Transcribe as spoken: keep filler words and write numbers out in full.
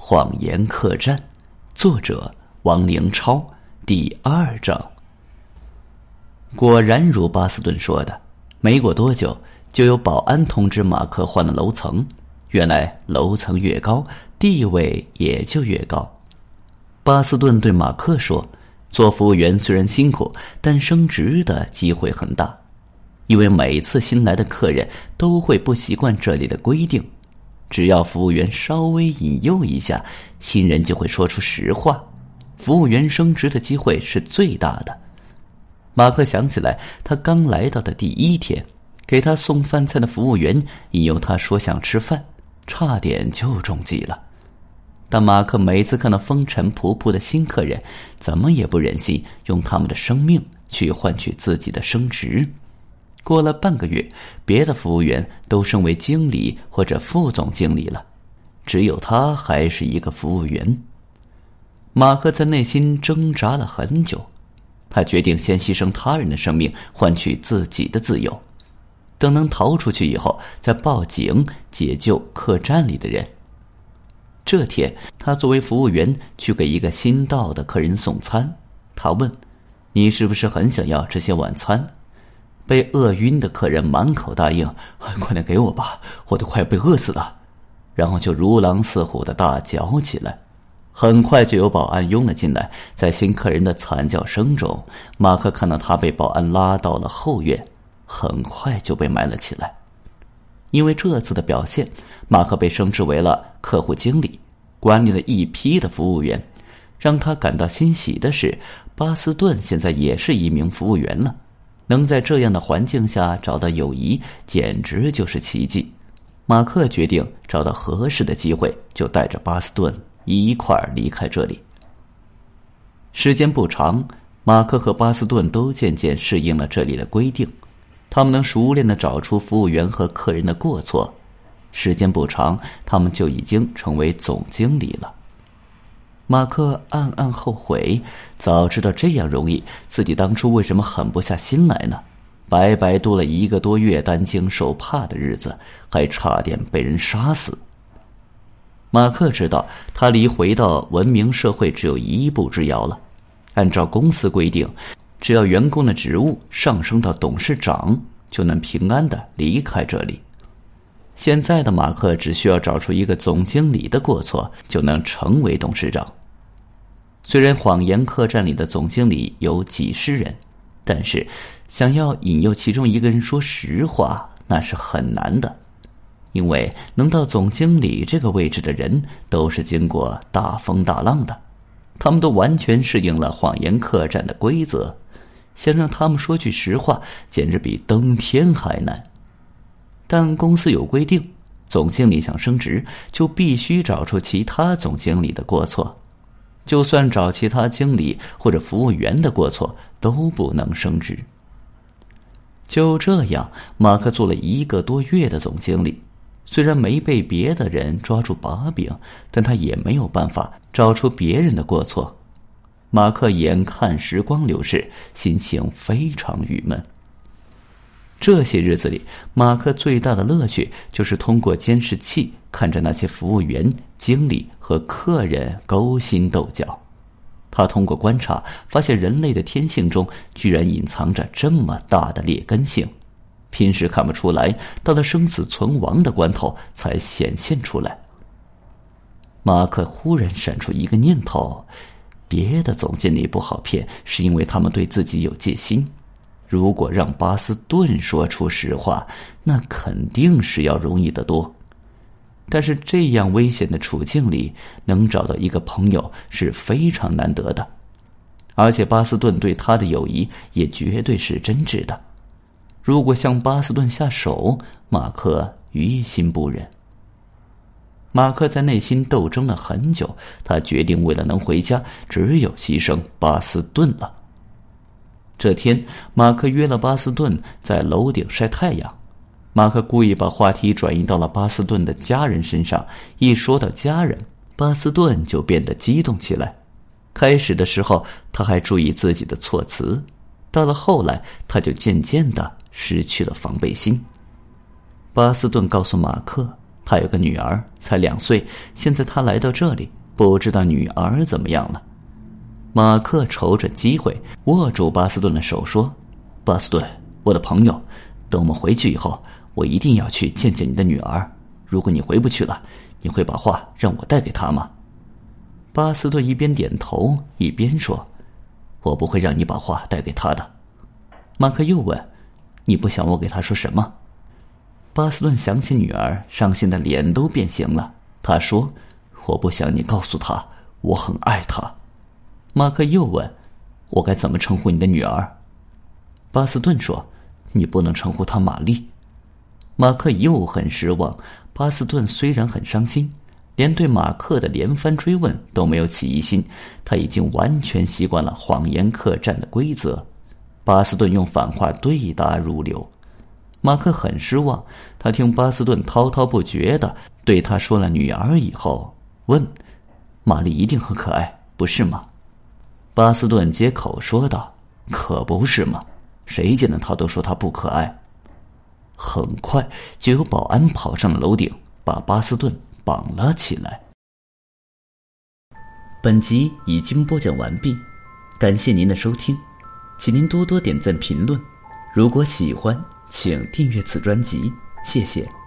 谎言客栈，作者王凌超，第二章。果然如巴斯顿说的，没过多久，就有保安通知马克换了楼层。原来楼层越高，地位也就越高。巴斯顿对马克说，做服务员虽然辛苦，但升职的机会很大。因为每次新来的客人都会不习惯这里的规定，只要服务员稍微引诱一下，新人就会说出实话，服务员升职的机会是最大的。马克想起来，他刚来到的第一天，给他送饭菜的服务员引诱他说想吃饭，差点就中计了。但马克每次看到风尘仆仆的新客人，怎么也不忍心用他们的生命去换取自己的升职。过了半个月，别的服务员都升为经理或者副总经理了，只有他还是一个服务员。马克在内心挣扎了很久，他决定先牺牲他人的生命换取自己的自由，等能逃出去以后再报警解救客栈里的人。这天，他作为服务员去给一个新到的客人送餐。他问，你是不是很想要这些晚餐？被饿晕的客人满口答应，快点给我吧，我都快被饿死了。然后就如狼似虎的大叫起来。很快就有保安拥了进来，在新客人的惨叫声中，马克看到他被保安拉到了后院，很快就被埋了起来。因为这次的表现，马克被升职为了客户经理，管理了一批的服务员。让他感到欣喜的是，巴斯顿现在也是一名服务员了。能在这样的环境下找到友谊，简直就是奇迹。马克决定找到合适的机会，就带着巴斯顿一块儿离开这里。时间不长，马克和巴斯顿都渐渐适应了这里的规定，他们能熟练地找出服务员和客人的过错。时间不长，他们就已经成为总经理了。马克暗暗后悔，早知道这样容易，自己当初为什么狠不下心来呢？白白度了一个多月担惊受怕的日子，还差点被人杀死。马克知道，他离回到文明社会只有一步之遥了。按照公司规定，只要员工的职务上升到董事长，就能平安地离开这里。现在的马克只需要找出一个总经理的过错，就能成为董事长。虽然谎言客栈里的总经理有几十人，但是想要引诱其中一个人说实话，那是很难的。因为能到总经理这个位置的人，都是经过大风大浪的，他们都完全适应了谎言客栈的规则，想让他们说句实话，简直比登天还难。但公司有规定，总经理想升职，就必须找出其他总经理的过错。就算找其他经理或者服务员的过错，都不能升职。就这样，马克做了一个多月的总经理，虽然没被别的人抓住把柄，但他也没有办法找出别人的过错。马克眼看时光流逝，心情非常郁闷。这些日子里，马克最大的乐趣就是通过监视器看着那些服务员、经理和客人勾心斗角。他通过观察发现，人类的天性中居然隐藏着这么大的劣根性，平时看不出来，到了生死存亡的关头才显现出来。马克忽然闪出一个念头，别的总经理不好骗，是因为他们对自己有戒心。如果让巴斯顿说出实话，那肯定是要容易得多。但是这样危险的处境里，能找到一个朋友是非常难得的，而且巴斯顿对他的友谊也绝对是真挚的。如果向巴斯顿下手，马克于心不忍。马克在内心斗争了很久，他决定为了能回家，只有牺牲巴斯顿了。这天，马克约了巴斯顿在楼顶晒太阳。马克故意把话题转移到了巴斯顿的家人身上，一说到家人，巴斯顿就变得激动起来。开始的时候，他还注意自己的措辞，到了后来，他就渐渐地失去了防备心。巴斯顿告诉马克， 他有个女儿，才两岁，现在他来到这里，不知道女儿怎么样了。马克瞅准机会，握住巴斯顿的手说：巴斯顿，我的朋友，等我们回去以后，我一定要去见见你的女儿。如果你回不去了，你会把话让我带给她吗？巴斯顿一边点头一边说：我不会让你把话带给她的。马克又问：你不想我给她说什么？巴斯顿想起女儿，伤心的脸都变形了。他说：我不想你告诉她我很爱她。马克又问：我该怎么称呼你的女儿？巴斯顿说：你不能称呼她玛丽。马克又很失望。巴斯顿虽然很伤心，连对马克的连番追问都没有起疑心，他已经完全习惯了谎言客栈的规则。巴斯顿用反话对答如流。马克很失望，他听巴斯顿滔滔不绝地对他说了女儿以后，问：玛丽一定很可爱，不是吗？巴斯顿接口说道：可不是嘛，谁见了她都说她不可爱。很快就有保安跑上了楼顶，把巴斯顿绑了起来。本集已经播讲完毕，感谢您的收听，请您多多点赞评论，如果喜欢请订阅此专辑，谢谢。